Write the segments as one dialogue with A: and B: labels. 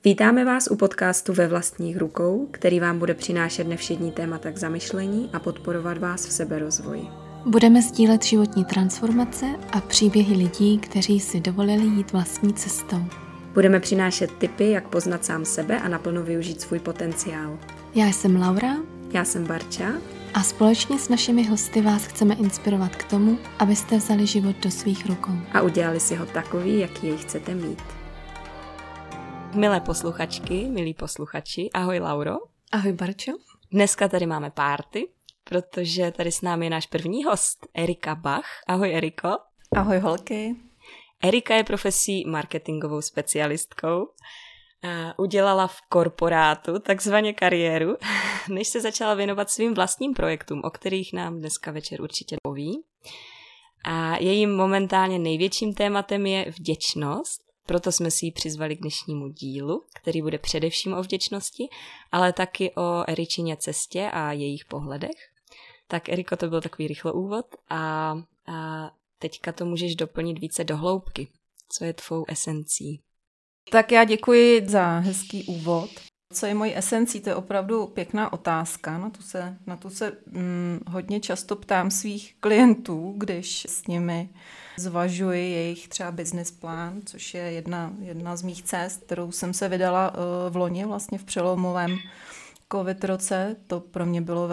A: Vítáme vás u podcastu Ve vlastních rukou, který vám bude přinášet nevšední témata k zamyšlení a podporovat vás v seberozvoji.
B: Budeme sdílet životní transformace a příběhy lidí, kteří si dovolili jít vlastní cestou.
A: Budeme přinášet tipy, jak poznat sám sebe a naplno využít svůj potenciál.
B: Já jsem Laura.
A: Já jsem Barča.
B: A společně s našimi hosty vás chceme inspirovat k tomu, abyste vzali život do svých rukou.
A: A udělali si ho takový, jaký jej chcete mít. Milé posluchačky, milí posluchači, ahoj Lauro.
B: Ahoj Barčo.
A: Dneska tady máme party, protože tady s námi je náš první host, Erika Bach. Ahoj Eriko.
C: Ahoj holky.
A: Erika je profesí marketingovou specialistkou. Udělala v korporátu takzvaně kariéru, než se začala věnovat svým vlastním projektům, o kterých nám dneska večer určitě poví. A jejím momentálně největším tématem je vděčnost, proto jsme si ji přizvali k dnešnímu dílu, který bude především o vděčnosti, ale taky o Eričině cestě a jejich pohledech. Tak Eriko, to byl takový rychlý úvod a teďka to můžeš doplnit více do hloubky. Co je tvou esencí?
C: Tak já děkuji za hezký úvod. Co je mojí esencí, to je opravdu pěkná otázka. Na tu se hodně často ptám svých klientů, když s nimi zvažuji jejich třeba business plán, což je jedna z mých cest, kterou jsem se vydala v loni, vlastně v přelomovém covid roce. To pro mě bylo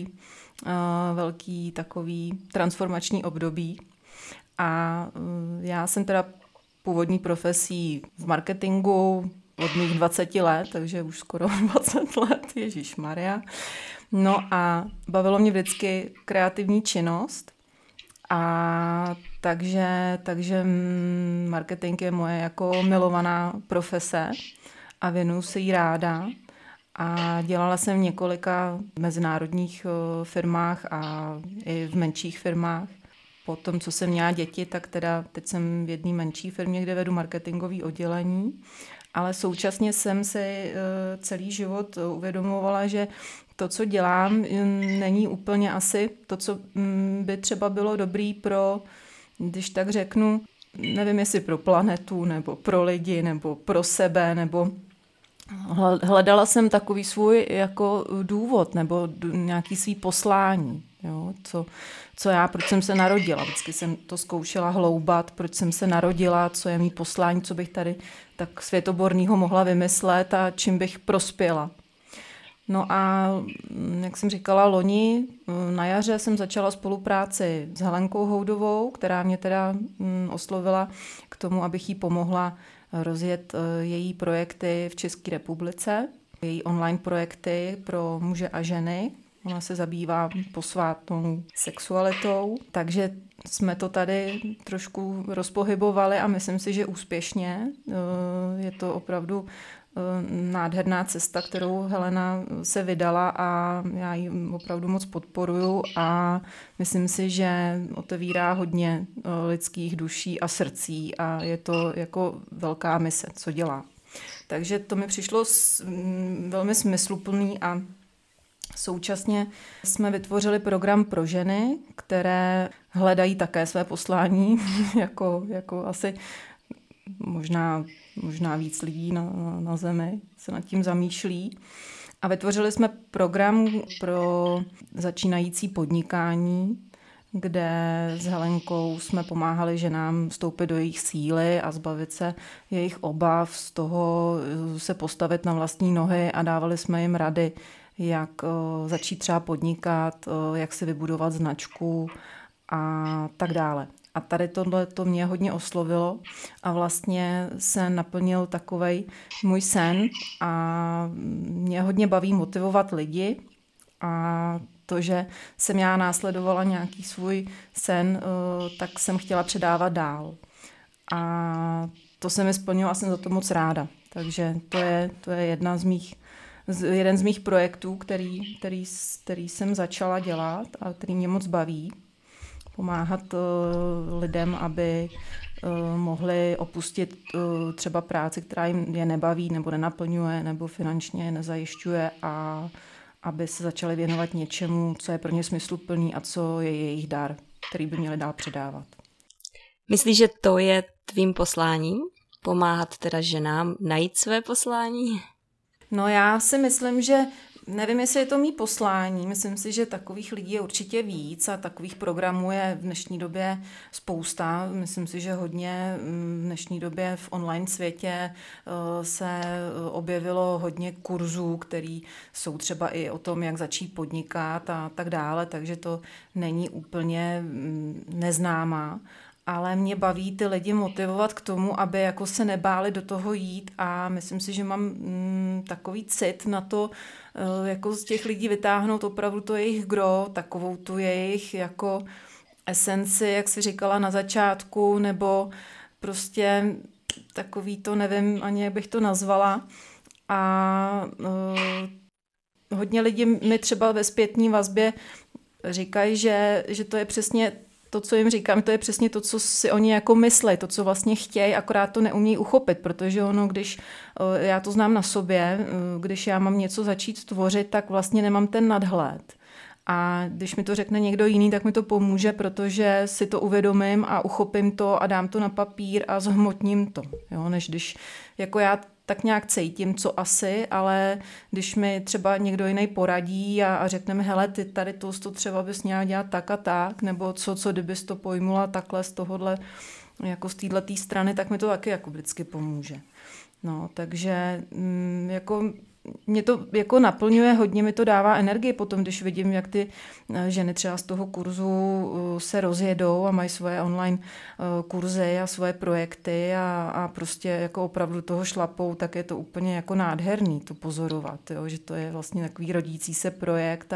C: velký takový transformační období. A já jsem teda původní profesí v marketingu od mých 20 let, takže už skoro 20 let, ježišmarja. No a bavilo mě vždycky kreativní činnost, a takže marketing je moje jako milovaná profese a věnuju se jí ráda. A dělala jsem v několika mezinárodních firmách a i v menších firmách. Po tom, co jsem měla děti, tak teda teď jsem v jedné menší firmě, kde vedu marketingové oddělení, ale současně jsem si celý život uvědomovala, že to, co dělám, není úplně asi to, co by třeba bylo dobrý pro, když tak řeknu, nevím, jestli pro planetu, nebo pro lidi, nebo pro sebe, nebo hledala jsem takový svůj jako důvod, nebo nějaký svý poslání, jo, proč jsem se narodila. Vždycky jsem to zkoušela hloubat, proč jsem se narodila, co je mý poslání, co bych tady tak světobornýho mohla vymyslet a čím bych prospěla. No a jak jsem říkala, loni na jaře jsem začala spolupráci s Helenkou Houdovou, která mě teda oslovila k tomu, abych jí pomohla rozjet její projekty v České republice, její online projekty pro muže a ženy. Ona se zabývá posvátnou sexualitou, takže jsme to tady trošku rozpohybovali a myslím si, že úspěšně. Je to opravdu nádherná cesta, kterou Helena se vydala a já ji opravdu moc podporuju a myslím si, že otevírá hodně lidských duší a srdcí a je to jako velká mise, co dělá. Takže to mi přišlo velmi smysluplný a současně jsme vytvořili program pro ženy, které hledají také své poslání, jako asi možná víc lidí na zemi se nad tím zamýšlí. A vytvořili jsme program pro začínající podnikání, kde s Helenkou jsme pomáhali ženám vstoupit do jejich síly a zbavit se jejich obav, z toho se postavit na vlastní nohy a dávali jsme jim rady, jak začít třeba podnikat, jak si vybudovat značku a tak dále. A tady tohle to mě hodně oslovilo a vlastně se naplnil takovej můj sen a mě hodně baví motivovat lidi a to, že jsem já následovala nějaký svůj sen, tak jsem chtěla předávat dál. A to se mi splnilo a jsem za to moc ráda. Takže to je jeden z mých projektů, který jsem začala dělat a který mě moc baví. Pomáhat lidem, aby mohli opustit třeba práci, která jim je nebaví nebo nenaplňuje nebo finančně nezajišťuje a aby se začali věnovat něčemu, co je pro ně smysluplný a co je jejich dar, který by měli dál předávat.
A: Myslíš, že to je tvým posláním? pomáhat teda ženám najít své poslání?
C: No já si myslím, že nevím, jestli je to mý poslání. Myslím si, že takových lidí je určitě víc a takových programů je v dnešní době spousta. Myslím si, že hodně v dnešní době v online světě se objevilo hodně kurzů, které jsou třeba i o tom, jak začít podnikat a tak dále, takže to není úplně neznámá. Ale mě baví ty lidi motivovat k tomu, aby jako se nebáli do toho jít a myslím si, že mám takový cit na to, jako z těch lidí vytáhnout opravdu to jejich gro, takovou tu jejich jako esenci, jak jsi říkala na začátku, nebo prostě takový to, nevím ani, jak bych to nazvala. A hodně lidí mi třeba ve zpětní vazbě říkají, že to je přesně to, co jim říkám, to je přesně to, co si oni jako myslí, to, co vlastně chtějí, akorát to neumějí uchopit, protože ono, když já to znám na sobě, když já mám něco začít tvořit, tak vlastně nemám ten nadhled. A když mi to řekne někdo jiný, tak mi to pomůže, protože si to uvědomím a uchopím to a dám to na papír a zhmotním to. Jo? Než když jako já tak nějak cítím, co asi, ale když mi třeba někdo jiný poradí a řekne mi, hele, ty tady to třeba bys měla dělat tak a tak, nebo co kdybys to pojmula takhle z tohohle, jako z této strany, tak mi to taky jako vždycky pomůže. No, takže jako mě to jako naplňuje, hodně mi to dává energii potom, když vidím, jak ty ženy třeba z toho kurzu se rozjedou a mají svoje online kurzy a svoje projekty a prostě jako opravdu toho šlapou, tak je to úplně jako nádherný to pozorovat, jo? Že to je vlastně takový rodící se projekt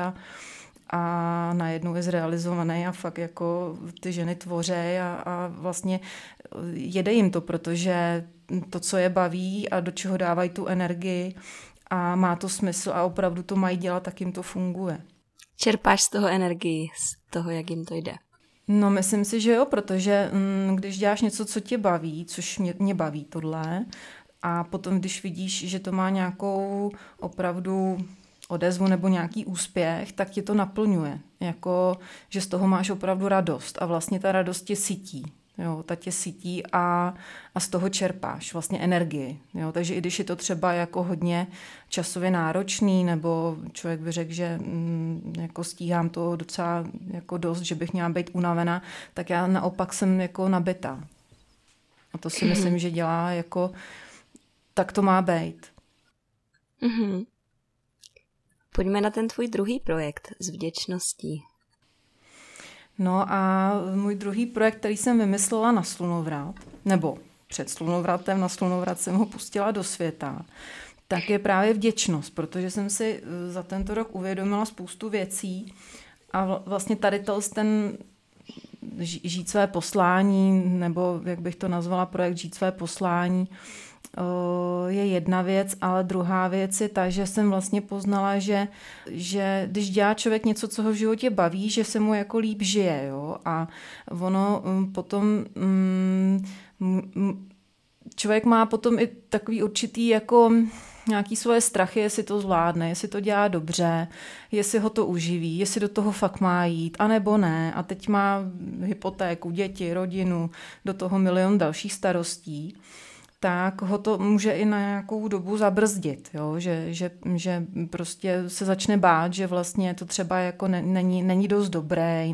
C: a najednou je zrealizovaný a fakt jako ty ženy tvoří a vlastně jede jim to, protože to, co je baví a do čeho dávají tu energii, a má to smysl a opravdu to mají dělat, tak jim to funguje.
A: Čerpáš z toho energii, z toho, jak jim to jde?
C: No, myslím si, že jo, protože když děláš něco, co tě baví, což mě baví tohle, a potom, když vidíš, že to má nějakou opravdu odezvu nebo nějaký úspěch, tak tě to naplňuje. Jako, že z toho máš opravdu radost a vlastně ta radost tě sytí. Jo, ta tě sytí a z toho čerpáš vlastně energii. Jo, takže i když je to třeba jako hodně časově náročný, nebo člověk by řekl, že jako stíhám to docela jako dost, že bych měla být unavená, tak já naopak jsem jako nabitá. A to si myslím, že dělá jako, tak to má být.
A: Mm-hmm. Pojďme na ten tvůj druhý projekt s vděčností.
C: No a můj druhý projekt, který jsem vymyslela na slunovrat, nebo před slunovratem, na slunovrat jsem ho pustila do světa, tak je právě vděčnost, protože jsem si za tento rok uvědomila spoustu věcí a vlastně tady ten žít své poslání, nebo jak bych to nazvala, projekt žít své poslání, je jedna věc, ale druhá věc je ta, že jsem vlastně poznala, že když dělá člověk něco, co ho v životě baví, že se mu jako líp žije, jo, a ono potom člověk má potom i takový určitý jako nějaký svoje strachy, jestli to zvládne, jestli to dělá dobře, jestli ho to uživí, jestli do toho fakt má jít, anebo ne. A teď má hypotéku, děti, rodinu, do toho milion dalších starostí, tak ho to může i na nějakou dobu zabrzdit, jo? Že prostě se začne bát, že vlastně to třeba jako není dost dobré,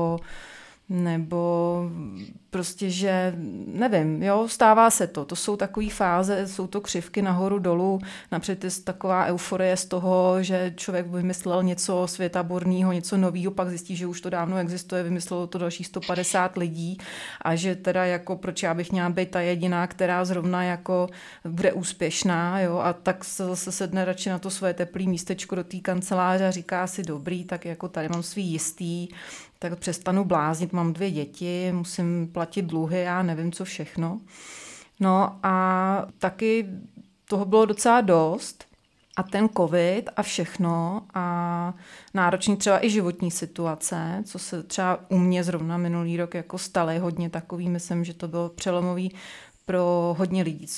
C: nebo prostě, že nevím, jo, stává se to. To jsou takové fáze, jsou to křivky nahoru dolů, napřed je taková euforie z toho, že člověk vymyslel něco světaborného, něco nového, pak zjistí, že už to dávno existuje, vymyslelo to dalších 150 lidí a že teda jako proč já bych měla být ta jediná, která zrovna jako bude úspěšná, jo, a tak se zase sedne radši na to svoje teplé místečko do té kanceláře a říká si dobrý, tak jako tady mám svý jistý, tak přestanu bláznit, mám 2 děti, musím platit dluhy, já nevím, co všechno. No a taky toho bylo docela dost a ten covid a všechno a náročný třeba i životní situace, co se třeba u mě zrovna minulý rok jako staly hodně takový, myslím, že to bylo přelomový pro hodně lidí, co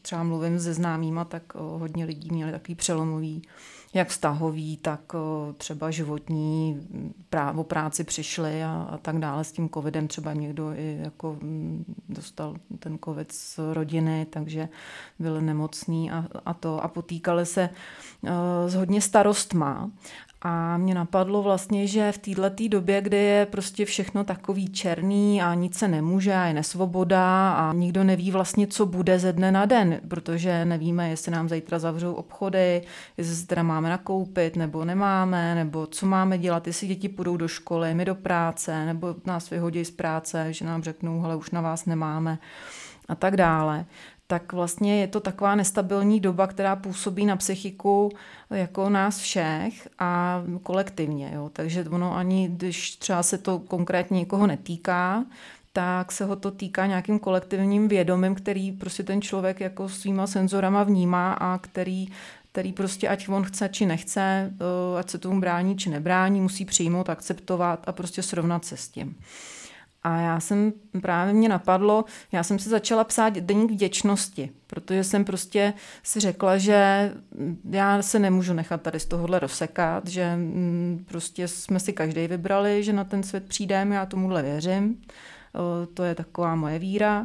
C: třeba mluvím se známýma, tak hodně lidí měli takový přelomový, jak vztahový, tak třeba životní, o práci přišli a tak dále. S tím covidem třeba někdo i jako dostal ten covid z rodiny, takže byl nemocný a potýkali se s hodně starostma. A mě napadlo vlastně, že v této době, kdy je prostě všechno takový černý a nic se nemůže a je nesvoboda a nikdo neví vlastně, co bude ze dne na den, protože nevíme, jestli nám zítra zavřou obchody, jestli se teda máme nakoupit nebo nemáme, nebo co máme dělat, jestli děti půjdou do školy, my do práce, nebo nás vyhodí z práce, že nám řeknou, hele, už na vás nemáme a tak dále. Tak vlastně je to taková nestabilní doba, která působí na psychiku jako nás všech a kolektivně. Jo. Takže ono ani, když třeba se to konkrétně někoho netýká, tak se ho to týká nějakým kolektivním vědomím, který prostě ten člověk jako svýma senzorama vnímá a který prostě, ať on chce či nechce, ať se tomu brání či nebrání, musí přijmout, akceptovat a prostě srovnat se s tím. A mě napadlo, já jsem si začala psát deník vděčnosti, protože jsem prostě si řekla, že já se nemůžu nechat tady z tohohle rozsekat, že prostě jsme si každý vybrali, že na ten svět přijdeme, já tomuhle věřím, to je taková moje víra.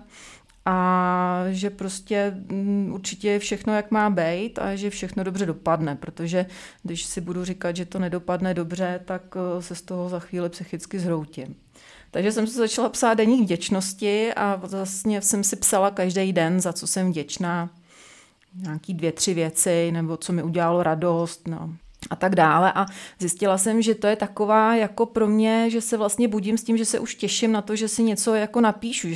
C: A že prostě určitě je všechno, jak má být a že všechno dobře dopadne, protože když si budu říkat, že to nedopadne dobře, tak se z toho za chvíli psychicky zhroutím. Takže jsem se začala psát deník vděčnosti a vlastně jsem si psala každý den, za co jsem vděčná. Nějaký 2-3 věci, nebo co mi udělalo radost, no. A tak dále. A zjistila jsem, že to je taková jako pro mě, že se vlastně budím s tím, že se už těším na to, že si něco jako napíšu,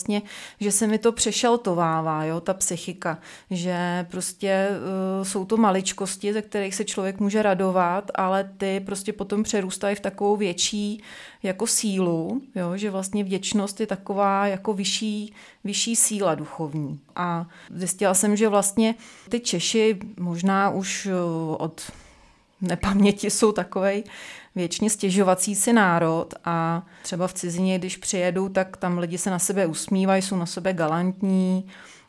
C: že se mi to přešaltovává, jo, ta psychika, že prostě jsou to maličkosti, ze kterých se člověk může radovat, ale ty prostě potom přerůstají v takovou větší jako sílu, jo, že vlastně vděčnost je taková jako vyšší síla duchovní. A zjistila jsem, že vlastně ty Češi možná už od nepaměti jsou takovej věčně stěžovací si národ a třeba v cizině, když přijedu, tak tam lidi se na sebe usmívají, jsou na sebe galantní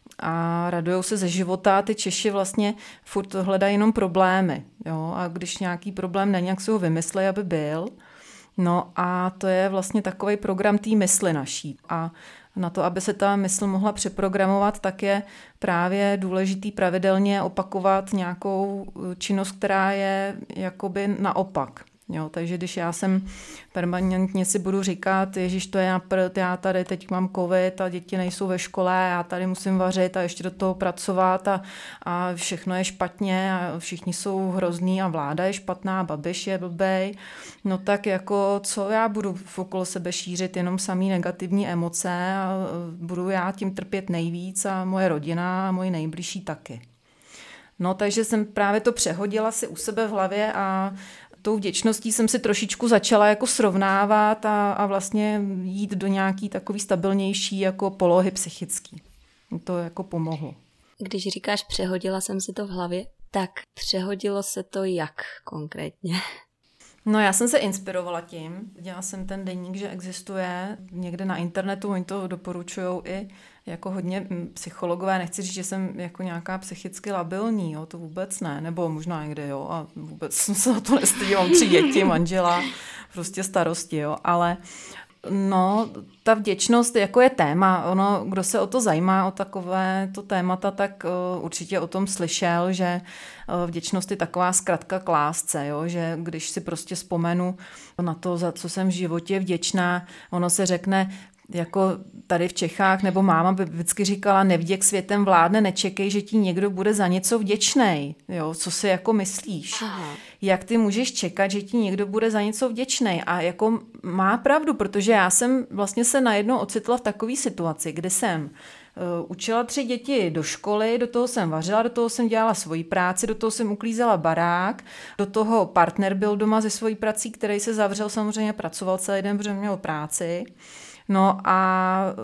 C: a radujou se ze života a ty Češi vlastně furt hledají jenom problémy. Jo? A když nějaký problém není, jak si ho vymyslí, aby byl. No a to je vlastně takovej program té mysli naší. A na to, aby se ta mysl mohla přeprogramovat, tak je právě důležitý pravidelně opakovat nějakou činnost, která je jakoby naopak. Jo, takže když já jsem permanentně si budu říkat, ježiš, to je na prd, já tady teď mám covid a děti nejsou ve škole, já tady musím vařit a ještě do toho pracovat a všechno je špatně a všichni jsou hrozný a vláda je špatná, Babiš je blbej, no tak jako co já budu okolo sebe šířit jenom samý negativní emoce a budu já tím trpět nejvíc a moje rodina a moji nejbližší taky. No takže jsem právě to přehodila si u sebe v hlavě a tou vděčností jsem si trošičku začala jako srovnávat a vlastně jít do nějaký takový stabilnější jako polohy psychický. To jako pomohlo.
A: Když říkáš přehodila jsem si to v hlavě, tak přehodilo se to jak konkrétně?
C: No já jsem se inspirovala tím, dělala jsem ten deník, že existuje někde na internetu, oni to doporučujou i jako hodně psychologové, nechci říct, že jsem jako nějaká psychicky labilní, jo, to vůbec ne, nebo možná někde, jo, a vůbec jsem se na to nestydím, mám 3 děti, manžela, prostě starosti, jo, ale no, ta vděčnost jako je téma, ono, kdo se o to zajímá, o takové to témata, tak určitě o tom slyšel, že vděčnost je taková zkratka k lásce, jo? Že když si prostě vzpomenu na to, za co jsem v životě vděčná, ono se řekne, jako tady v Čechách, nebo máma by vždycky říkala, nevděk světem vládne, nečekej, že ti někdo bude za něco vděčnej. Jo, co si jako myslíš? Aha. Jak ty můžeš čekat, že ti někdo bude za něco vděčnej? A jako má pravdu, protože já jsem vlastně se najednou ocitla v takové situaci, kdy jsem učila 3 děti do školy, do toho jsem vařila, do toho jsem dělala svoji práci, do toho jsem uklízela barák, do toho partner byl doma se svojí prací, který se zavřel, samozřejmě pracoval celý den, protože měl práci. No a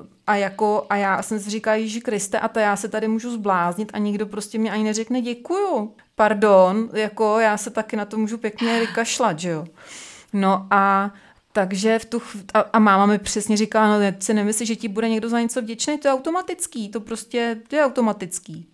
C: já jsem si říkala, Ježíši Kriste, a to já se tady můžu zbláznit a nikdo prostě mě ani neřekne děkuju. Pardon, jako já se taky na to můžu pěkně vykašlat, že jo. No a takže a máma mi přesně říkala, no si nemyslíš, že ti bude někdo za něco vděčný, to je automatický, to prostě je automatický.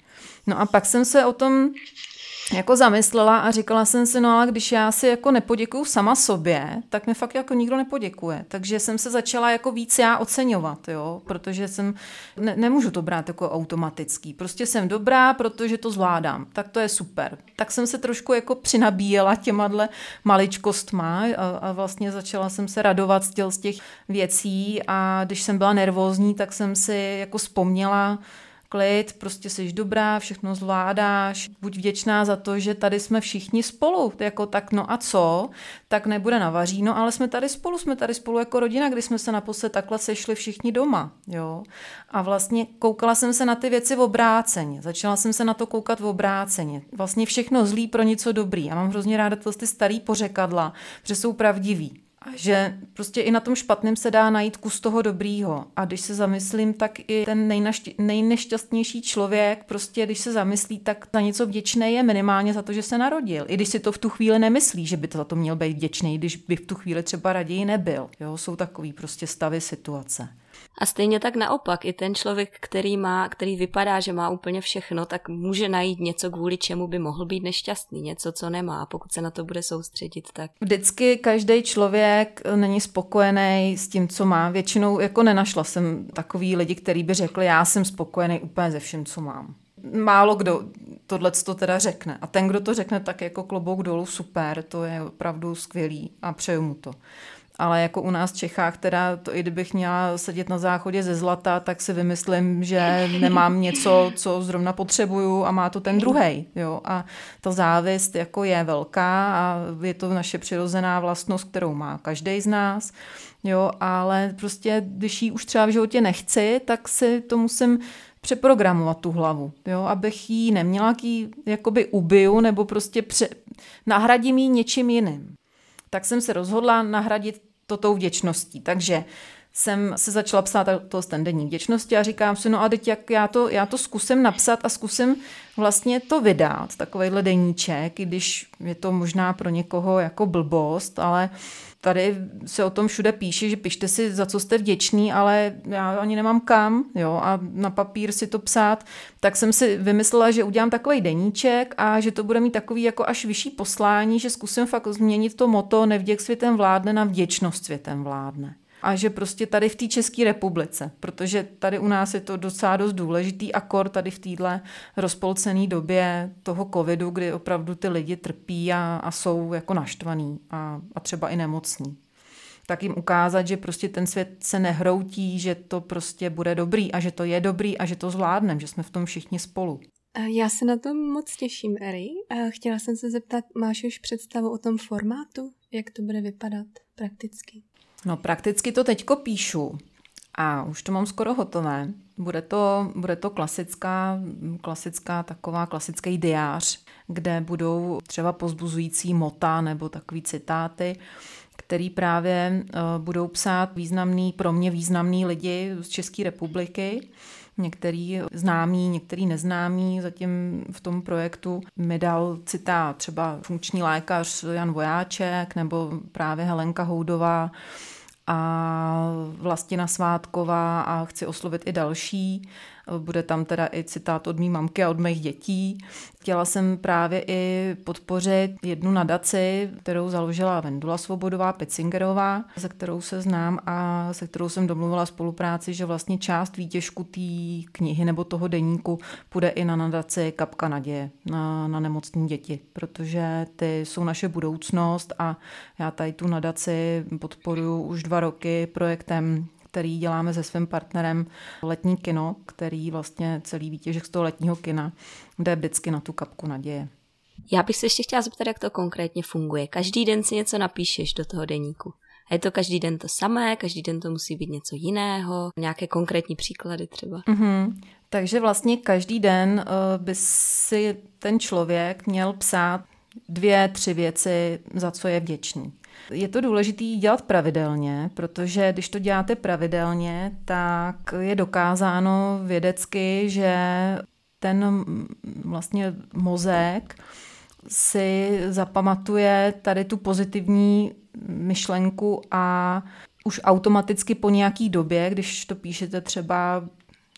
C: No a pak jsem se o tom jako zamyslela a říkala jsem si, no ale když já si jako nepoděkuju sama sobě, tak mi fakt jako nikdo nepoděkuje. Takže jsem se začala jako víc já oceňovat, jo, protože jsem, nemůžu to brát jako automatický. Prostě jsem dobrá, protože to zvládám. Tak to je super. Tak jsem se trošku jako přinabíjela těmadle maličkostma a vlastně začala jsem se radovat z těch věcí a když jsem byla nervózní, tak jsem si jako vzpomněla, klid, prostě jsi dobrá, všechno zvládáš, buď vděčná za to, že tady jsme všichni spolu, jako tak no a co, tak nebude navaří, no ale jsme tady spolu jako rodina, když jsme se naposled takhle sešli všichni doma, jo. A vlastně koukala jsem se na ty věci v obráceně, začala jsem se na to koukat v obráceně, vlastně všechno zlý pro něco dobrý a mám hrozně ráda ty starý pořekadla, protože jsou pravdivý. A že prostě i na tom špatném se dá najít kus toho dobrýho. A když se zamyslím, tak i ten nejnešťastnější člověk, prostě když se zamyslí, tak za něco vděčný je minimálně za to, že se narodil. I když si to v tu chvíli nemyslí, že by to za to měl být vděčný, když by v tu chvíli třeba raději nebyl. Jo, jsou takový prostě stavy situace.
A: A stejně tak naopak, i ten člověk, který vypadá, že má úplně všechno, tak může najít něco, kvůli čemu by mohl být nešťastný, něco, co nemá. A pokud se na to bude soustředit, tak...
C: Vždycky každý člověk není spokojený s tím, co má. Většinou jako nenašla jsem takový lidi, kteří by řekli, já jsem spokojený úplně ze vším, co mám. Málo kdo tohleto teda řekne. A ten, kdo to řekne, tak jako klobouk dolů, super, to je opravdu skvělý a přeju mu to. Ale jako u nás v Čechách, teda to i kdybych měla sedět na záchodě ze zlata, tak si vymyslím, že nemám něco, co zrovna potřebuju a má to ten druhej. Jo? A ta závist jako je velká a je to naše přirozená vlastnost, kterou má každý z nás. Jo? Ale prostě, když ji už třeba v životě nechci, tak si to musím přeprogramovat tu hlavu, jo? Abych ji neměla, ji jakoby ubiju nebo prostě nahradím ji něčím jiným. Tak jsem se rozhodla nahradit to tou vděčností. Takže jsem se začala psát ten deník vděčnosti a říkám si, no a teď jak já to zkusím napsat a zkusím vlastně to vydat, takovejhle deníček, i když je to možná pro někoho jako blbost, ale tady se o tom všude píše, že pište si, za co jste vděční, ale já ani nemám kam, jo, a na papír si to psát, tak jsem si vymyslela, že udělám takovej deníček a že to bude mít takový jako až vyšší poslání, že zkusím fakt změnit to motto nevděk světem vládne na vděčnost světem vládne. A že prostě tady v té České republice, protože tady u nás je to docela dost důležitý akord tady v téhle rozpolcené době toho covidu, kdy opravdu ty lidi trpí a jsou jako naštvaný a třeba i nemocní. Tak jim ukázat, že prostě ten svět se nehroutí, že to prostě bude dobrý a že to je dobrý a že to zvládneme, že jsme v tom všichni spolu.
B: Já se na to moc těším, Eri. Chtěla jsem se zeptat, máš už představu o tom formátu? Jak to bude vypadat prakticky?
C: No prakticky to teďko píšu a už to mám skoro hotové. Bude to klasická taková klasický diář, kde budou třeba povzbuzující mota nebo takový citáty, který právě budou psát pro mě významný lidi z České republiky. Některý známí, některý neznámí. Zatím v tom projektu mi dal citát třeba funkční lékař Jan Vojáček nebo právě Helenka Houdová a Vlastina Svátková a chci oslovit i další. Bude tam teda i citát od mý mamky a od mých dětí. Chtěla jsem právě i podpořit jednu nadaci, kterou založila Vendula Svobodová Pitzingerová, se kterou se znám a se kterou jsem domluvila spolupráci, že vlastně část výtěžku té knihy nebo toho deníku půjde i na nadaci Kapka naděje, na nemocné děti, protože ty jsou naše budoucnost a já tady tu nadaci podporuji už 2 roky projektem, který děláme se svým partnerem Letní kino, který vlastně celý výtěžek z toho letního kina jde vždycky na tu kapku naděje.
A: Já bych se ještě chtěla zeptat, jak to konkrétně funguje. Každý den si něco napíšeš do toho deníku. A je to každý den to samé, každý den to musí být něco jiného, nějaké konkrétní příklady třeba.
C: Takže vlastně každý den by si ten člověk měl psát 2-3 věci, za co je vděčný. Je to důležité dělat pravidelně, protože když to děláte pravidelně, tak je dokázáno vědecky, že ten vlastně mozek si zapamatuje tady tu pozitivní myšlenku a už automaticky po nějaký době, když to píšete třeba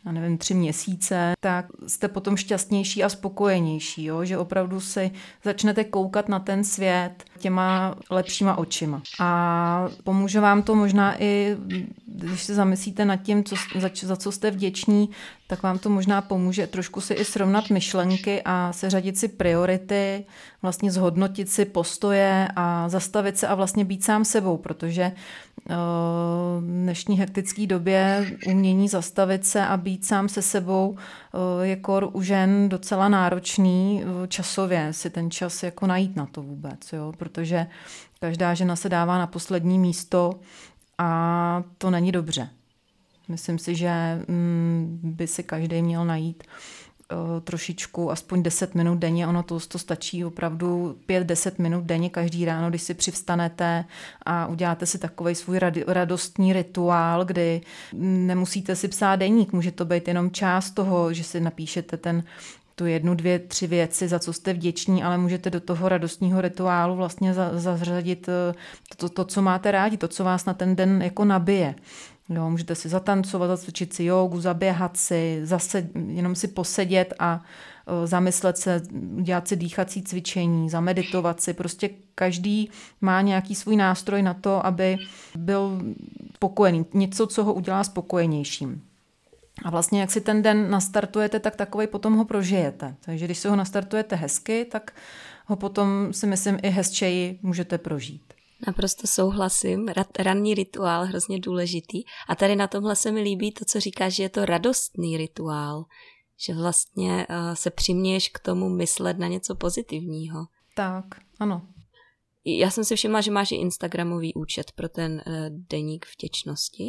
C: já nevím, 3 měsíce, tak jste potom šťastnější a spokojenější, jo? Že opravdu si začnete koukat na ten svět těma lepšíma očima. A pomůže vám to možná i, když se zamyslíte nad tím, za co jste vděční, tak vám to možná pomůže trošku si i srovnat myšlenky a seřadit si priority, vlastně zhodnotit si postoje a zastavit se a vlastně být sám sebou, protože v dnešní hektické době umění zastavit se a být sám se sebou je kor u žen docela náročný časově, si ten čas jako najít na to vůbec, jo? Protože každá žena se dává na poslední místo a to není dobře. Myslím si, že by si každý měl najít trošičku, aspoň 10 minut denně, ono to stačí opravdu 5-10 minut denně každý ráno, když si přivstanete a uděláte si takovej svůj radostný rituál, kdy nemusíte si psát deník, může to být jenom část toho, že si napíšete tu 1, 2, 3 věci, za co jste vděční, ale můžete do toho radostního rituálu vlastně zařadit to, co máte rádi, to, co vás na ten den jako nabije. Jo, můžete si zatancovat, zacvičit si jógu, zaběhat si, zase jenom si posedět a zamyslet se, dělat si dýchací cvičení, zameditovat si. Prostě každý má nějaký svůj nástroj na to, aby byl spokojený. Něco, co ho udělá spokojenějším. A vlastně, jak si ten den nastartujete, tak takovej potom ho prožijete. Takže když si ho nastartujete hezky, tak ho potom si myslím i hezčeji můžete prožít.
A: Naprosto souhlasím, ranní rituál hrozně důležitý. A tady na tomhle se mi líbí to, co říkáš, že je to radostný rituál, že vlastně se přiměješ k tomu myslet na něco pozitivního.
C: Tak, ano.
A: Já jsem si všimla, že máš i instagramový účet pro ten deník vděčnosti.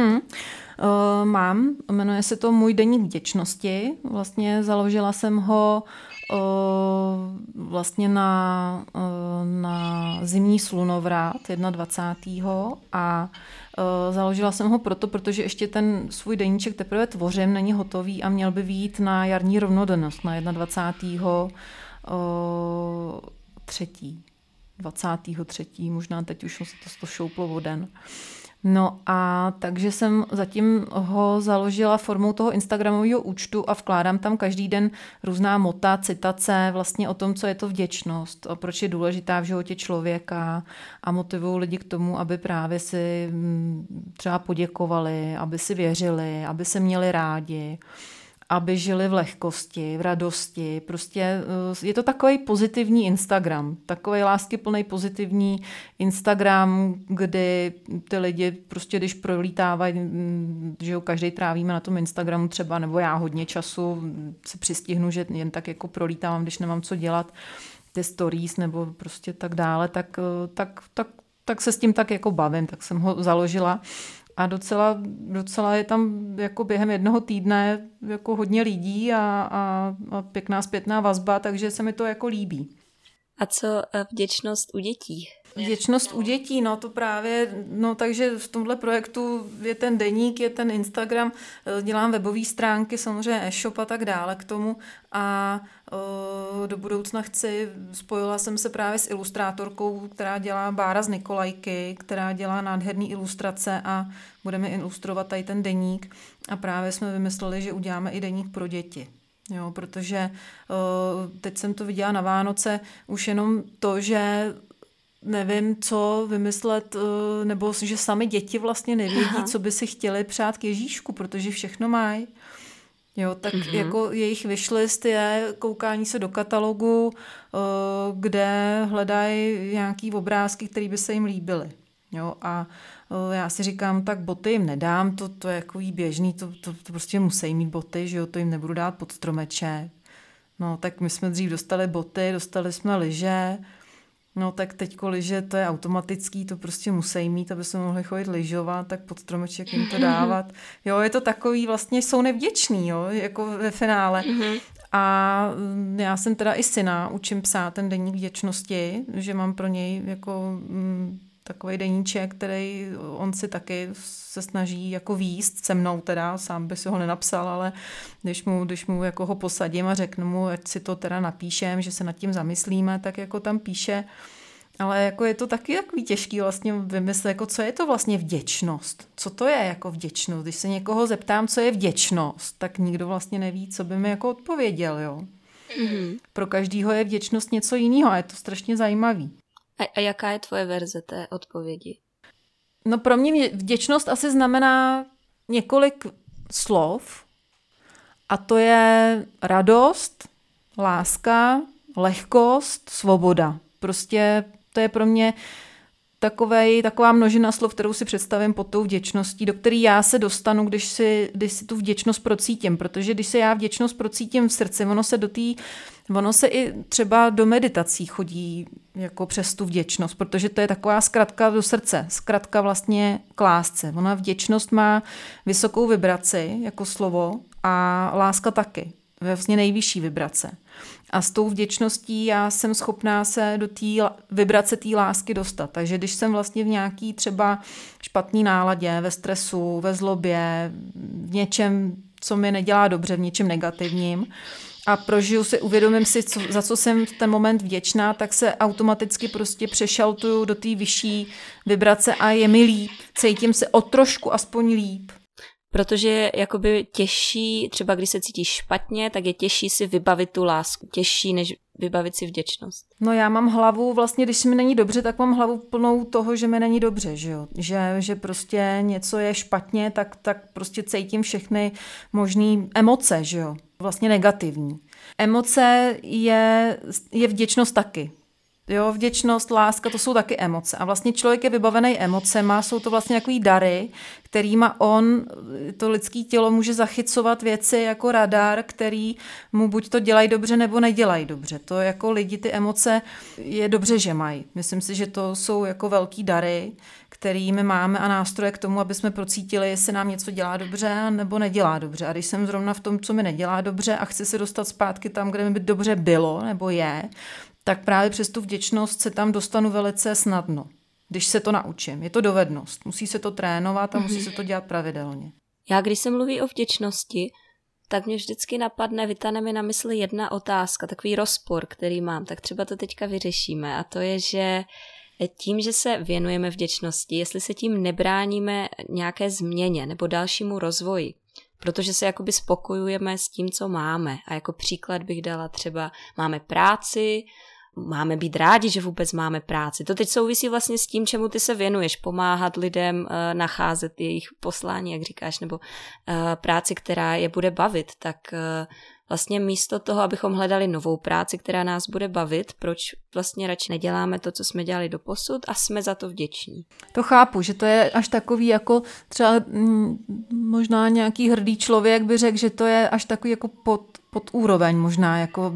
C: Mám, jmenuje se to Můj deník vděčnosti. Vlastně založila jsem ho vlastně na zimní slunovrat 21. a založila jsem ho protože ještě ten svůj deníček teprve tvořím, není hotový a měl by vyjít na jarní rovnodennost na 23. Možná teď už se to šouplo o den. No a takže jsem zatím ho založila formou toho instagramového účtu a vkládám tam každý den různá mota, citace vlastně o tom, co je to vděčnost a proč je důležitá v životě člověka a motivují lidi k tomu, aby právě si třeba poděkovali, aby si věřili, aby se měli rádi, aby žili v lehkosti, v radosti. Prostě je to takový pozitivní Instagram, takový láskyplný pozitivní Instagram, kdy ty lidi prostě, když prolítávají, že jo, každý trávíme na tom Instagramu třeba, nebo já hodně času se přistihnu, že jen tak jako prolítávám, když nemám co dělat, ty stories nebo prostě tak dále, tak se s tím tak jako bavím, tak jsem ho založila. A docela je tam jako během jednoho týdne jako hodně lidí a pěkná zpětná vazba, takže se mi to jako líbí.
A: A co vděčnost u dětí?
C: Vděčnost u dětí, no to právě, no takže v tomhle projektu je ten deník, je ten Instagram, dělám webové stránky, samozřejmě e-shop a tak dále k tomu a do budoucna spojila jsem se právě s ilustrátorkou, která dělá Bára z Nikolajky, která dělá nádherné ilustrace a budeme ilustrovat tady ten deník a právě jsme vymysleli, že uděláme i deník pro děti. Jo, protože teď jsem to viděla na Vánoce, už jenom to, že nevím, co vymyslet, nebo že sami děti vlastně nevědí, co by si chtěli přát k Ježíšku, protože všechno mají. Jo, tak jako jejich wishlist je koukání se do katalogu, kde hledají nějaký obrázky, které by se jim líbily. Jo, a já si říkám, tak boty jim nedám, to je jako běžný, to prostě musí mít boty, že jo, to jim nebudu dát pod stromeček. No, tak my jsme dřív dostali boty, dostali jsme lyže, no tak teďko lyže, to je automatický, to prostě musí mít, aby jsme mohli chodit lyžovat, tak pod stromeček jim to dávat. Jo, je to takový, vlastně jsou nevděční, jo, jako ve finále. A já jsem teda i syna učím psát ten deník vděčnosti, že mám pro něj jako takový deníček, který on si taky se snaží jako vést se mnou teda, sám by si ho nenapsal, ale když mu jako ho posadím a řeknu mu, ať si to teda napíšem, že se nad tím zamyslíme, tak jako tam píše Ale jako je to taky takový těžký vlastně vymyslet, jako co je to vlastně vděčnost. Co to je jako vděčnost? Když se někoho zeptám, co je vděčnost, tak nikdo vlastně neví, co by mi jako odpověděl, jo. Mm-hmm. Pro každýho je vděčnost něco jiného a je to strašně zajímavý.
A: A jaká je tvoje verze té odpovědi?
C: No pro mě vděčnost asi znamená několik slov a to je radost, láska, lehkost, svoboda. Prostě to je pro mě taková množina slov, kterou si představím pod tou vděčností, do které já se dostanu, když si tu vděčnost procítím. Protože když se já vděčnost procítím v srdci, ono se i třeba do meditací chodí jako přes tu vděčnost, protože to je taková zkratka do srdce, zkratka vlastně k lásce. Ona vděčnost má vysokou vibraci jako slovo a láska taky, vlastně nejvyšší vibrace. A s tou vděčností já jsem schopná se do té vibrace té lásky dostat. Takže když jsem vlastně v nějaký třeba špatný náladě, ve stresu, ve zlobě, v něčem, co mi nedělá dobře, v něčem negativním a uvědomím si, za co jsem v ten moment vděčná, tak se automaticky prostě přešaltuju do té vyšší vibrace a je mi líp. Cítím se o trošku aspoň líp.
A: Protože je jakoby těžší, třeba když se cítíš špatně, tak je těžší si vybavit tu lásku. Těžší, než vybavit si vděčnost.
C: No já mám hlavu, vlastně když mi není dobře, tak mám hlavu plnou toho, že mi není dobře, že jo? Že prostě něco je špatně, tak prostě cítím všechny možný emoce, že jo? Vlastně negativní. Emoce je vděčnost taky. Jo, vděčnost, láska, to jsou taky emoce. A vlastně člověk je vybavený emocema, jsou to vlastně takový dary, kterýma to lidský tělo může zachycovat věci jako radar, který mu buď to dělají dobře, nebo nedělají dobře. To jako lidi ty emoce je dobře, že mají. Myslím si, že to jsou jako velký dary, který my máme a nástroje k tomu, aby jsme procítili, jestli nám něco dělá dobře, nebo nedělá dobře. A když jsem zrovna v tom, co mi nedělá dobře a chci se dostat zpátky tam, kde mi by dobře bylo, nebo je, tak právě přes tu vděčnost se tam dostanu velice snadno, když se to naučím. Je to dovednost, musí se to trénovat a musí se to dělat pravidelně.
A: Já, když se mluví o vděčnosti, tak mě vždycky vytane mi na mysli jedna otázka, takový rozpor, který mám, tak třeba to teďka vyřešíme a to je, že tím, že se věnujeme vděčnosti, jestli se tím nebráníme nějaké změně nebo dalšímu rozvoji, protože se jakoby spokojujeme s tím, co máme. A jako příklad bych dala třeba máme práci, máme být rádi, že vůbec máme práci. To teď souvisí vlastně s tím, čemu ty se věnuješ, pomáhat lidem nacházet jejich poslání, jak říkáš, nebo práci, která je bude bavit, tak vlastně místo toho, abychom hledali novou práci, která nás bude bavit, proč vlastně radši neděláme to, co jsme dělali doposud a jsme za to vděční.
C: To chápu, že to je až takový jako třeba možná nějaký hrdý člověk by řekl, že to je až takový jako pod úroveň možná, jako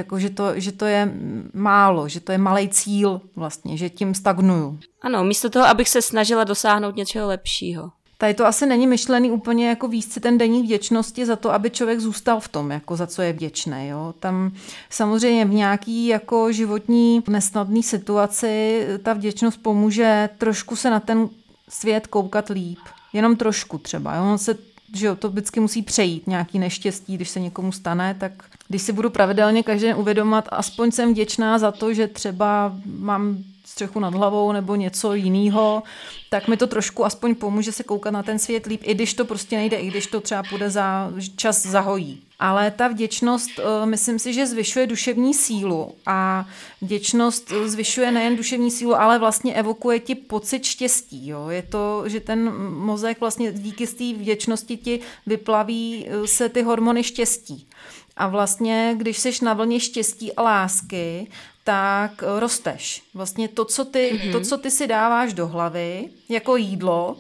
C: že to je málo, že to je malej cíl vlastně, že tím stagnuju.
A: Ano, místo toho, abych se snažila dosáhnout něčeho lepšího.
C: Tady to asi není myšlený úplně jako víc si ten deník vděčnosti za to, aby člověk zůstal v tom, jako za co je vděčný. Jo? Tam samozřejmě v nějaký jako životní nesnadný situaci ta vděčnost pomůže trošku se na ten svět koukat líp. Jenom trošku třeba. Jo? Že jo, to vždycky musí přejít nějaký neštěstí, když se někomu stane, tak když si budu pravidelně každý den uvědomovat, aspoň jsem vděčná za to, že třeba mám střechu nad hlavou nebo něco jiného, tak mi to trošku aspoň pomůže se koukat na ten svět líp, i když to prostě nejde, i když to třeba půjde čas zahojí. Ale ta vděčnost, myslím si, že zvyšuje duševní sílu a vděčnost zvyšuje nejen duševní sílu, ale vlastně evokuje ti pocit štěstí. Jo? Je to, že ten mozek vlastně díky té vděčnosti ti vyplaví se ty hormony štěstí. A vlastně, když seš na vlně štěstí a lásky, tak rosteš. Vlastně to, co ty si dáváš do hlavy, jako jídlo,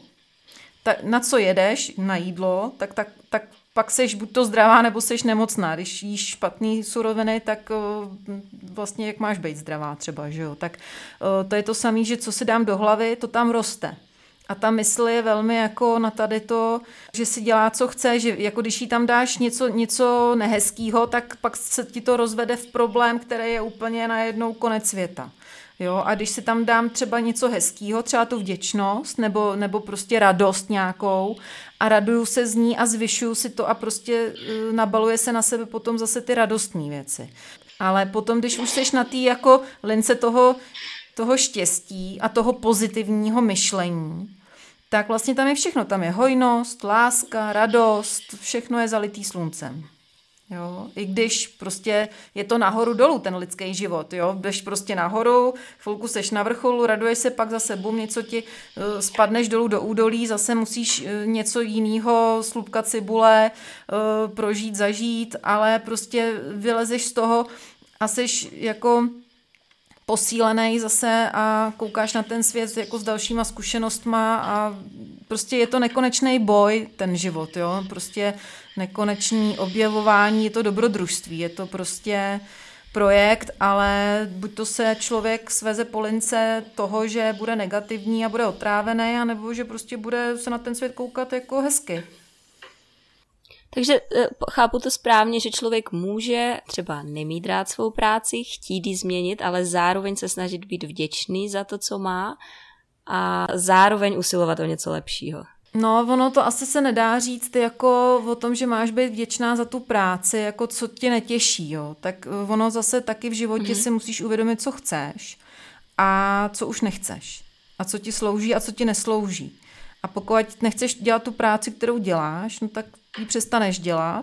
C: na co jedeš, na jídlo, tak pak seš buď to zdravá, nebo seš nemocná. Když jíš špatný suroviny, tak vlastně jak máš být zdravá třeba, že jo? Tak to je to samé, že co si dám do hlavy, to tam roste. A ta mysl je velmi jako na tady to, že si dělá, co chce, že jako když jí tam dáš něco nehezkýho, tak pak se ti to rozvede v problém, který je úplně najednou konec světa. Jo? A když si tam dám třeba něco hezkýho, třeba tu vděčnost, nebo prostě radost nějakou a raduju se z ní a zvyšuju si to a prostě nabaluje se na sebe potom zase ty radostní věci. Ale potom, když už seš na té jako lince toho toho štěstí a toho pozitivního myšlení, tak vlastně tam je všechno. Tam je hojnost, láska, radost, všechno je zalitý sluncem. Jo? I když prostě je to nahoru dolů ten lidský život. Jo? Jdeš prostě nahoru, chvilku seš na vrcholu, raduješ se, pak zase bum, něco ti spadneš dolů do údolí, zase musíš něco jiného, slupka cibule, prožít, zažít, ale prostě vylezeš z toho a seš jako posílený zase a koukáš na ten svět jako s dalšíma zkušenostma a prostě je to nekonečný boj, ten život, jo, prostě nekonečný objevování, je to dobrodružství, je to prostě projekt, ale buď to se člověk sveze po lince toho, že bude negativní a bude otrávený, anebo že prostě bude se na ten svět koukat jako hezky.
A: Takže chápu to správně, že člověk může třeba nemít rád svou práci, chtít ji změnit, ale zároveň se snažit být vděčný za to, co má a zároveň usilovat o něco lepšího.
C: No, ono to asi se nedá říct jako o tom, že máš být vděčná za tu práci, jako co tě netěší, jo. Tak ono zase taky v životě si musíš uvědomit, co chceš a co už nechceš. A co ti slouží a co ti neslouží. A pokud nechceš dělat tu práci, kterou děláš, no tak ji přestaneš dělat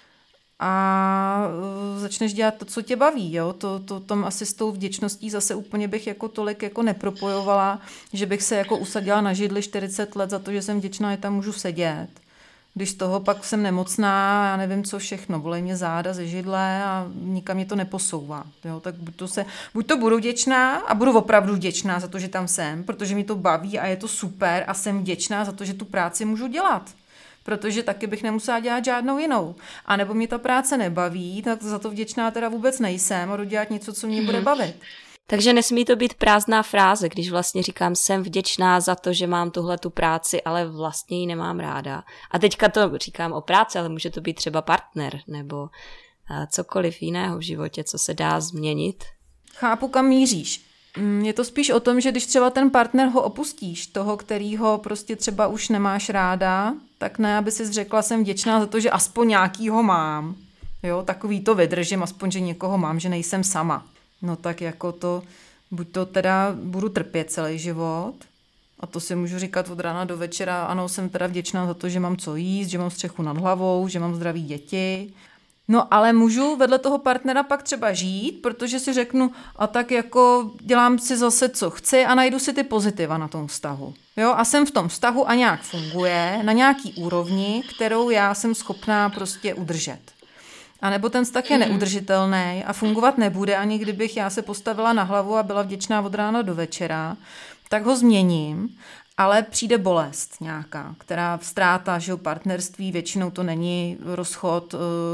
C: a začneš dělat to, co tě baví. Jo? To tam asi s tou vděčností zase úplně bych jako tolik jako nepropojovala, že bych se jako usadila na židli 40 let za to, že jsem vděčná, že tam můžu sedět. Když z toho pak jsem nemocná, já nevím co všechno, bolej mě záda ze židle a nikam mě to neposouvá. Jo? Tak buď to budu vděčná a budu opravdu vděčná za to, že tam jsem, protože mi to baví a je to super a jsem vděčná za to, že tu práci můžu dělat. Protože taky bych nemusela dělat žádnou jinou. A nebo mě ta práce nebaví, tak za to vděčná teda vůbec nejsem a jdu dělat něco, co mě bude bavit.
A: Takže nesmí to být prázdná fráze, když vlastně říkám, jsem vděčná za to, že mám tuhletu práci, ale vlastně ji nemám ráda. A teďka to říkám o práci, ale může to být třeba partner nebo cokoliv jiného v životě, co se dá změnit.
C: Chápu, kam míříš. Je to spíš o tom, že když třeba ten partner ho opustíš, toho, kterýho prostě třeba už nemáš ráda, tak ne, aby si řekla, jsem vděčná za to, že aspoň nějakýho mám. Jo, takový to vydržím, aspoň, že někoho mám, že nejsem sama. No tak jako to, buď to teda budu trpět celý život, a to si můžu říkat od rána do večera, ano, jsem teda vděčná za to, že mám co jíst, že mám střechu nad hlavou, že mám zdraví děti. No ale můžu vedle toho partnera pak třeba žít, protože si řeknu, a tak jako dělám si zase, co chci a najdu si ty pozitiva na tom vztahu. Jo, a jsem v tom vztahu a nějak funguje na nějaký úrovni, kterou já jsem schopná prostě udržet. A nebo ten vztah je neudržitelný a fungovat nebude, ani kdybych já se postavila na hlavu a byla vděčná od rána do večera, tak ho změním, ale přijde bolest nějaká, která ztráta, že partnerství, většinou to není rozchod,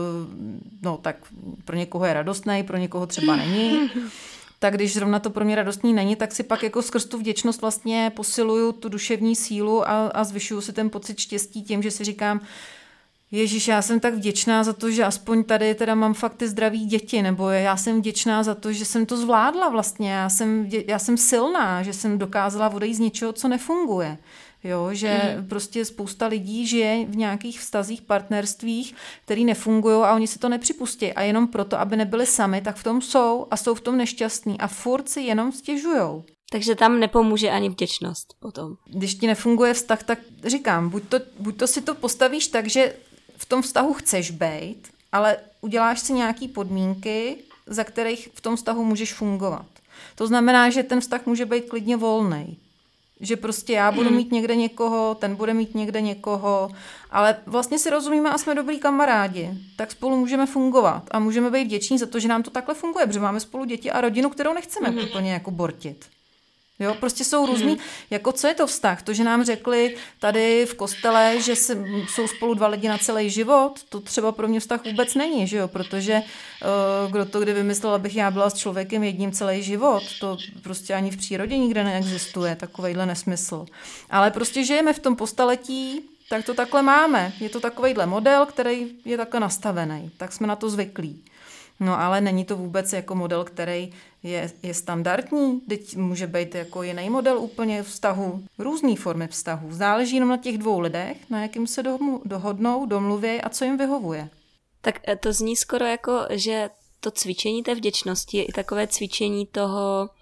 C: no tak pro někoho je radostný, pro někoho třeba není. Tak když zrovna to pro mě radostný není, tak si pak jako skrz tu vděčnost vlastně posiluju tu duševní sílu a zvyšuju si ten pocit štěstí tím, že si říkám, Ježíš, já jsem tak vděčná za to, že aspoň tady teda mám fakt ty zdraví děti, nebo já jsem vděčná za to, že jsem to zvládla vlastně, já jsem silná, že jsem dokázala odejít z něčeho, co nefunguje. Jo, že prostě spousta lidí žije v nějakých vztazích, partnerstvích, který nefungují a oni si to nepřipustí. A jenom proto, aby nebyli sami, tak v tom jsou a jsou v tom nešťastní a furt si jenom stěžujou.
A: Takže tam nepomůže ani vděčnost potom.
C: Když ti nefunguje vztah, tak říkám, buď to si to postavíš tak, že v tom vztahu chceš bejt, ale uděláš si nějaký podmínky, za kterých v tom vztahu můžeš fungovat. To znamená, že ten vztah může být klidně volnej. Že prostě já budu mít někde někoho, ten bude mít někde někoho, ale vlastně si rozumíme a jsme dobrý kamarádi, tak spolu můžeme fungovat a můžeme být vděční za to, že nám to takhle funguje, protože máme spolu děti a rodinu, kterou nechceme úplně jako bortit. Jo, prostě jsou různý, jako co je to vztah? To, že nám řekli tady v kostele, že jsou spolu dva lidi na celý život, to třeba pro mě vztah vůbec není, že jo, protože kdo to kdy vymyslel, abych já byla s člověkem jedním celý život, to prostě ani v přírodě nikde neexistuje, takovejhle nesmysl. Ale prostě žijeme v tom postaletí, tak to takhle máme. Je to takovejhle model, který je takhle nastavený, tak jsme na to zvyklí. No ale není to vůbec jako model, který je standardní, teď může být jako jiný model úplně vztahu, různý formy vztahu. Záleží jenom na těch dvou lidech, na jakým se dohodnou, domluví a co jim vyhovuje.
A: Tak to zní skoro jako, že to cvičení té vděčnosti je i takové cvičení toho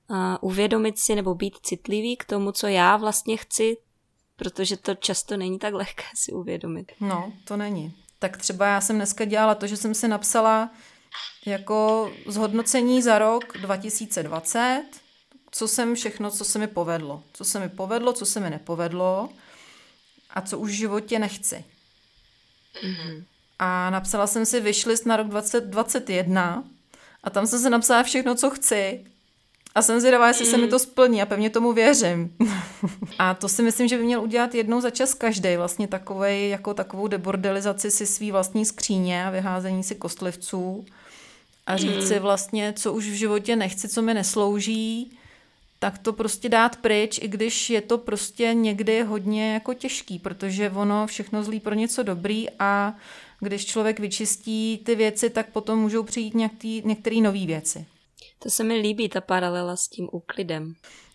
A: uvědomit si nebo být citlivý k tomu, co já vlastně chci, protože to často není tak lehké si uvědomit.
C: No, to není. Tak třeba já jsem dneska dělala to, že jsem si napsala jako zhodnocení za rok 2020, co se mi povedlo. Co se mi povedlo, co se mi nepovedlo a co už v životě nechci.
A: Mm-hmm.
C: A napsala jsem si wishlist na rok 2021 a tam jsem si napsala všechno, co chci. A jsem zvědavá, jestli se mi to splní a pevně tomu věřím. A to si myslím, že by měl udělat jednou za čas každý, vlastně takovou debordelizaci si svý vlastní skříně a vyházení si kostlivců a říct si vlastně, co už v životě nechci, co mi neslouží, tak to prostě dát pryč, i když je to prostě někdy hodně jako těžký, protože ono všechno zlí pro něco dobrý a když člověk vyčistí ty věci, tak potom můžou přijít některé nové věci.
A: To se mi líbí, ta paralela s tím úklidem.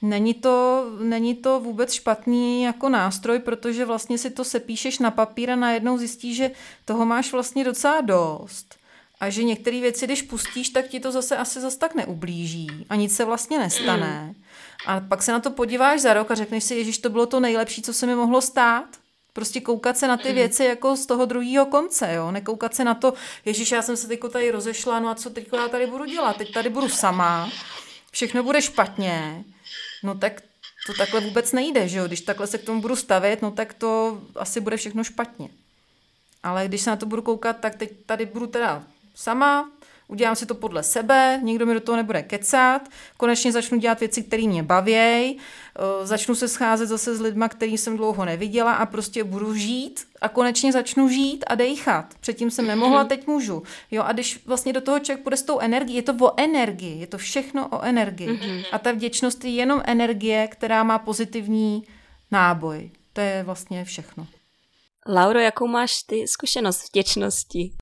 C: Není to vůbec špatný jako nástroj, protože vlastně si to sepíšeš na papír a najednou zjistíš, že toho máš vlastně docela dost. A že některé věci, když pustíš, tak ti to zase tak neublíží a nic se vlastně nestane. A pak se na to podíváš za rok a řekneš si, ježiš, to bylo to nejlepší, co se mi mohlo stát. Prostě koukat se na ty věci jako z toho druhého konce, jo? Nekoukat se na to, ježiš, já jsem se teďko tady rozešla, no a co teďko já tady budu dělat? Teď tady budu sama, všechno bude špatně, no tak to takhle vůbec nejde, že jo? Když takhle se k tomu budu stavět, no tak to asi bude všechno špatně. Ale když se na to budu koukat, tak teď tady budu teda sama, udělám si to podle sebe, nikdo mi do toho nebude kecat, konečně začnu dělat věci, které mě baví, začnu se scházet zase s lidma, který jsem dlouho neviděla a prostě budu žít a konečně začnu žít a dejchat. Předtím jsem nemohla, teď můžu. Jo, a když vlastně do toho člověk půjde s tou energií, je to o energii, je to všechno o energii. A ta vděčnost je jenom energie, která má pozitivní náboj. To je vlastně všechno.
A: Lauro, jakou máš ty zkušenost s vděčností?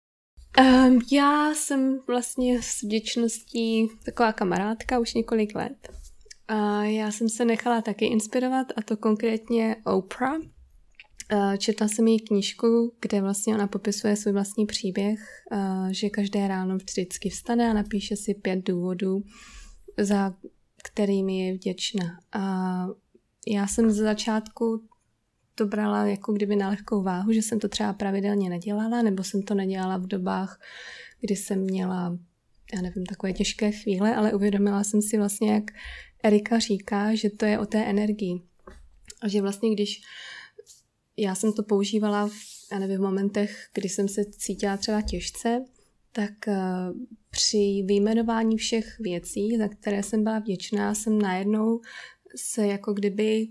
B: Já jsem vlastně s vděčností taková kamarádka už několik let. Já jsem se nechala taky inspirovat, a to konkrétně Oprah. Četla jsem její knížku, kde vlastně ona popisuje svůj vlastní příběh, že každé ráno vždycky vstane a napíše si 5 důvodů, za kterými je vděčná. A já jsem ze začátku to brala jako kdyby na lehkou váhu, že jsem to třeba pravidelně nedělala, nebo jsem to nedělala v dobách, kdy jsem měla, já nevím, takové těžké chvíle, ale uvědomila jsem si vlastně, jak Erika říká, že to je o té energii. A že vlastně, když já jsem to používala v momentech, kdy jsem se cítila třeba těžce, tak při vyjmenování všech věcí, za které jsem byla vděčná, jsem najednou se jako kdyby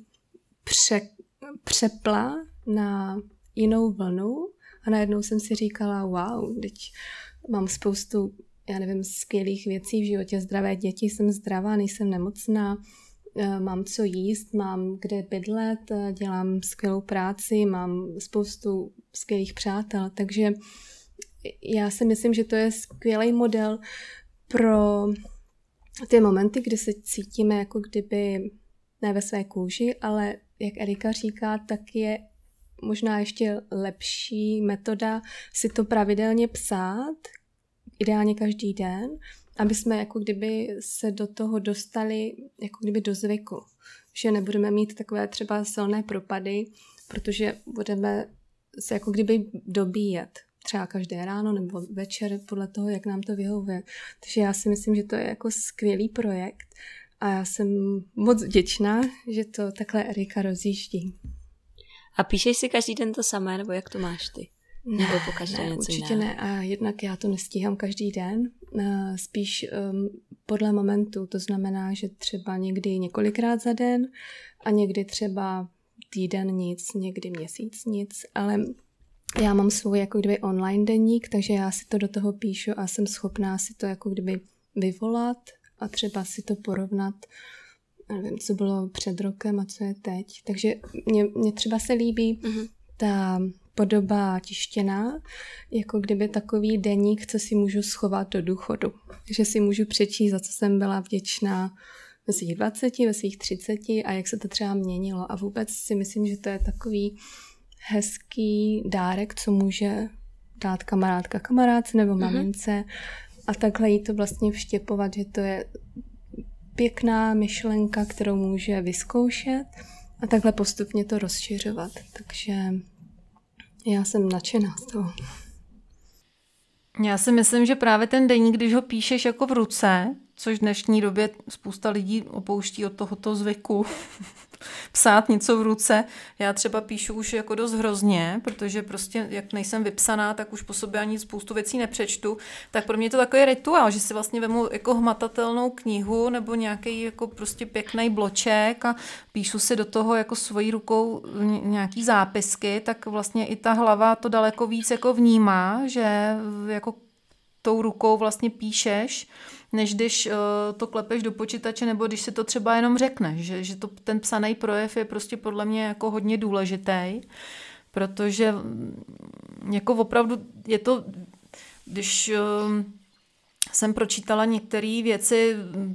B: přepla na jinou vlnu a najednou jsem si říkala, wow, teď mám spoustu, skvělých věcí v životě, zdravé děti, jsem zdravá, nejsem nemocná, mám co jíst, mám kde bydlet, dělám skvělou práci, mám spoustu skvělých přátel, takže já si myslím, že to je skvělý model pro ty momenty, kdy se cítíme jako kdyby ne ve své kůži, ale jak Erika říká, tak je možná ještě lepší metoda si to pravidelně psát, ideálně každý den, aby jsme jako kdyby se do toho dostali jako kdyby do zvyku. Že nebudeme mít takové třeba silné propady, protože budeme se jako kdyby dobíjet. Třeba každé ráno nebo večer podle toho, jak nám to vyhovuje. Takže já si myslím, že to je jako skvělý projekt a já jsem moc vděčná, že to takhle Erika rozjíždí.
A: A píšeš si každý den to samé, nebo jak to máš ty? Nebo po každé něco
B: určitě
A: jiného?
B: Ne. A jednak já to nestíhám každý den. Spíš podle momentu. To znamená, že třeba někdy několikrát za den a někdy třeba týden nic, někdy měsíc nic. Ale já mám svůj jako kdyby online deník, takže já si to do toho píšu a jsem schopná si to jako kdyby vyvolat a třeba si to porovnat, nevím, co bylo před rokem a co je teď. Takže mě třeba se líbí ta podoba tištěná, jako kdyby takový deník, co si můžu schovat do důchodu. Že si můžu přečíst, za co jsem byla vděčná ve svých 20, ve svých 30 a jak se to třeba měnilo. A vůbec si myslím, že to je takový hezký dárek, co může dát kamarádka kamarádce nebo mamince a takhle jí to vlastně vštěpovat, že to je pěkná myšlenka, kterou může vyzkoušet a takhle postupně to rozšiřovat. Takže já jsem nadšená z toho.
C: Já si myslím, že právě ten deník, když ho píšeš jako v ruce, což v dnešní době spousta lidí opouští od tohoto zvyku psát něco v ruce. Já třeba píšu už jako dost hrozně, protože prostě jak nejsem vypsaná, tak už po sobě ani spoustu věcí nepřečtu. Tak pro mě je to takový rituál, že si vlastně vemu jako hmatatelnou knihu nebo nějaký jako prostě pěkný bloček a píšu si do toho jako svojí rukou nějaký zápisky, tak vlastně i ta hlava to daleko víc jako vnímá, že jako tou rukou vlastně píšeš, než když to klepeš do počítače nebo když si to třeba jenom řekneš, že ten psaný projev je prostě podle mě jako hodně důležitý, protože jako opravdu je to, když jsem pročítala některé věci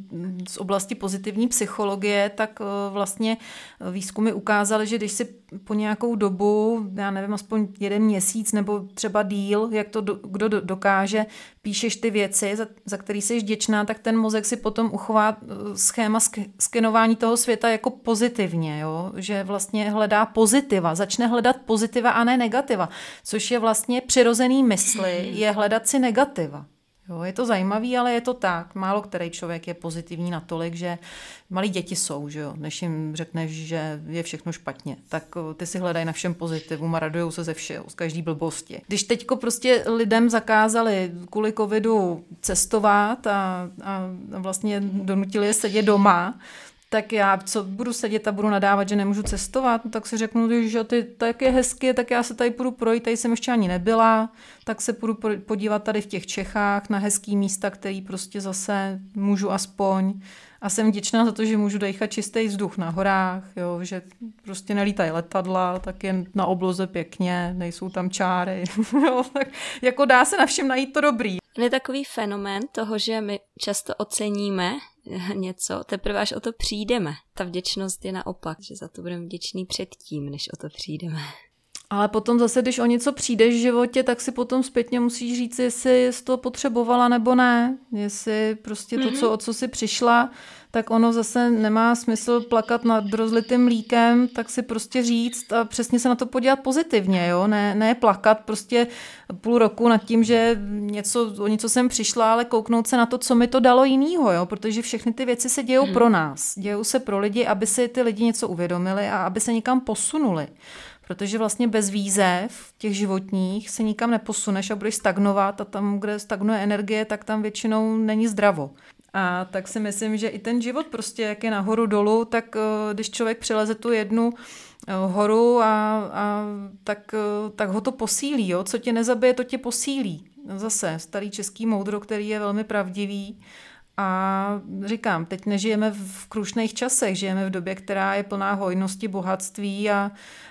C: z oblasti pozitivní psychologie, tak vlastně výzkumy ukázaly, že když si po nějakou dobu, já nevím, aspoň 1 měsíc nebo třeba díl, jak to kdo dokáže, píšeš ty věci, za který jsi vděčná, tak ten mozek si potom uchová schéma skenování toho světa jako pozitivně, jo? Že vlastně hledá pozitiva, začne hledat pozitiva a ne negativa, což je vlastně přirozený mysli, je hledat si negativa. Jo, je to zajímavý, ale je to tak. Málo který člověk je pozitivní natolik, že malí děti jsou, že jo, než jim řekneš, že je všechno špatně. Tak ty si hledají na všem pozitivum a radujou se ze všeho, z každý blbosti. Když teďko prostě lidem zakázali kvůli covidu cestovat a vlastně donutili je sedět doma, tak já co budu sedět a budu nadávat, že nemůžu cestovat, no, tak si řeknu, že ty tak je hezky, tak já se tady půjdu projít, tady jsem ještě ani nebyla, tak se půjdu podívat tady v těch Čechách na hezký místa, který prostě zase můžu aspoň. A jsem vděčná za to, že můžu dejchat čistý vzduch na horách, jo, že prostě nelítají letadla, tak jen na obloze pěkně, nejsou tam čáry. Jo, tak jako dá se na všem najít to dobrý.
A: Je takový fenomén toho, že my často oceníme něco, teprve až o to přijdeme. Ta vděčnost je naopak, že za to budeme vděční předtím, než o to přijdeme.
C: Ale potom zase, když o něco přijdeš v životě, tak si potom zpětně musíš říct, jestli jsi to potřebovala nebo ne. Jestli prostě to, o co jsi přišla, tak ono zase nemá smysl plakat nad rozlitým mlíkem, tak si prostě říct a přesně se na to podívat pozitivně, jo? Ne plakat prostě půl roku nad tím, že o něco jsem přišla, ale kouknout se na to, co mi to dalo jinýho, jo? Protože všechny ty věci se dějou pro nás. Dějou se pro lidi, aby si ty lidi něco uvědomili a aby se někam posunuli. Protože vlastně bez výzev těch životních se nikam neposuneš a budeš stagnovat a tam, kde stagnuje energie, tak tam většinou není zdravo. A tak si myslím, že i ten život prostě, jak je nahoru dolů, tak když člověk přeleze tu jednu horu tak ho to posílí. Jo? Co tě nezabije, to tě posílí. Zase starý český moudro, který je velmi pravdivý. A říkám, teď nežijeme v krušných časech, žijeme v době, která je plná hojnosti, bohatství a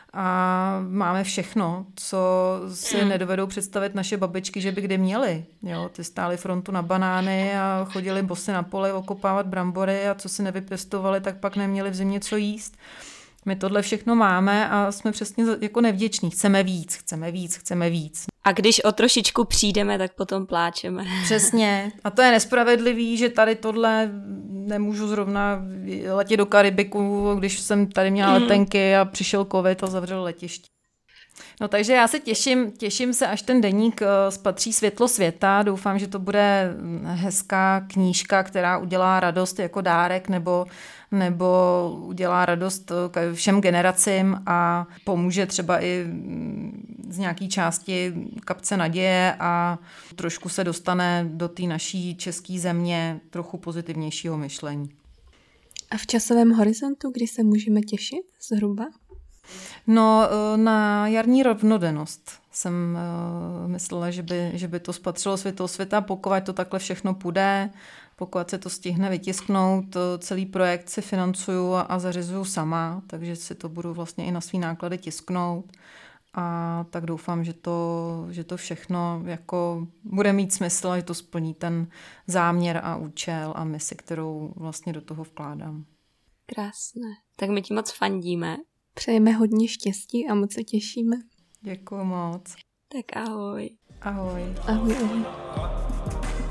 C: máme všechno, co si nedovedou představit naše babičky, že by kdy měly. Jo, ty stály frontu na banány a chodili bosy na pole okopávat brambory a co si nevypěstovali, tak pak neměli v zimě co jíst. My tohle všechno máme a jsme přesně jako nevděční. Chceme víc.
A: A když o trošičku přijdeme, tak potom pláčeme.
C: Přesně. A to je nespravedlivý, že tady tohle nemůžu zrovna letět do Karibiku, když jsem tady měla letenky a přišel covid a zavřel letiště. No takže já se těším se, až ten deník spatří světlo světa. Doufám, že to bude hezká knížka, která udělá radost jako dárek nebo udělá radost všem generacím a pomůže třeba i z nějaký části kapce naděje a trošku se dostane do té naší české země trochu pozitivnějšího myšlení.
B: A v časovém horizontu, kdy se můžeme těšit zhruba?
C: No, na jarní rovnodennost jsem myslela, že by to spatřilo světlo světa, pokud to takhle všechno půjde, pokud se to stihne vytisknout, celý projekt si financuju a zařizuju sama, takže si to budu vlastně i na svý náklady tisknout a tak doufám, že to všechno jako bude mít smysl a že to splní ten záměr a účel a misi, kterou vlastně do toho vkládám.
A: Krásné. Tak my ti moc fandíme.
B: Přejeme hodně štěstí a moc se těšíme.
C: Děkuju moc.
A: Tak ahoj.
C: Ahoj.
B: Ahoj.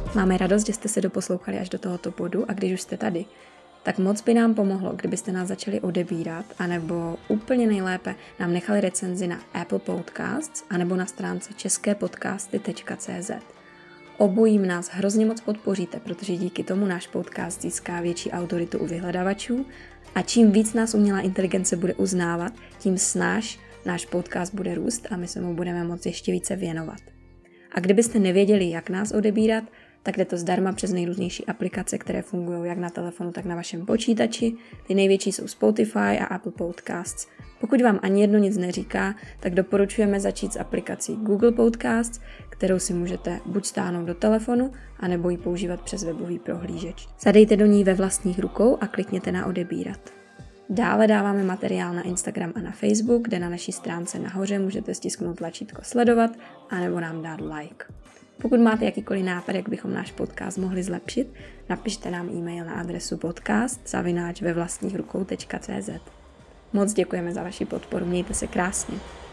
B: Máme radost, že jste se doposlouchali až do tohoto bodu a když už jste tady, tak moc by nám pomohlo, kdybyste nás začali odebírat, anebo úplně nejlépe nám nechali recenzi na Apple Podcasts, anebo na stránce česképodcasty.cz. Obojím nás hrozně moc podpoříte, protože díky tomu náš podcast získá větší autoritu u vyhledavačů a čím víc nás umělá inteligence bude uznávat, tím snáš náš podcast bude růst a my se mu budeme moci ještě více věnovat. A kdybyste nevěděli, jak nás odebírat, tak jde to zdarma přes nejrůznější aplikace, které fungují jak na telefonu, tak na vašem počítači. Ty největší jsou Spotify a Apple Podcasts. Pokud vám ani jedno nic neříká, tak doporučujeme začít s aplikací Google Podcasts, kterou si můžete buď stáhnout do telefonu, anebo ji používat přes webový prohlížeč. Zadejte do ní ve vlastních rukou a klikněte na odebírat. Dále dáváme materiál na Instagram a na Facebook, kde na naší stránce nahoře můžete stisknout tlačítko sledovat, anebo nám dát like. Pokud máte jakýkoliv nápad, jak bychom náš podcast mohli zlepšit, napište nám e-mail na adresu podcast@vevlastnichrukou.cz. Moc děkujeme za vaši podporu, mějte se krásně.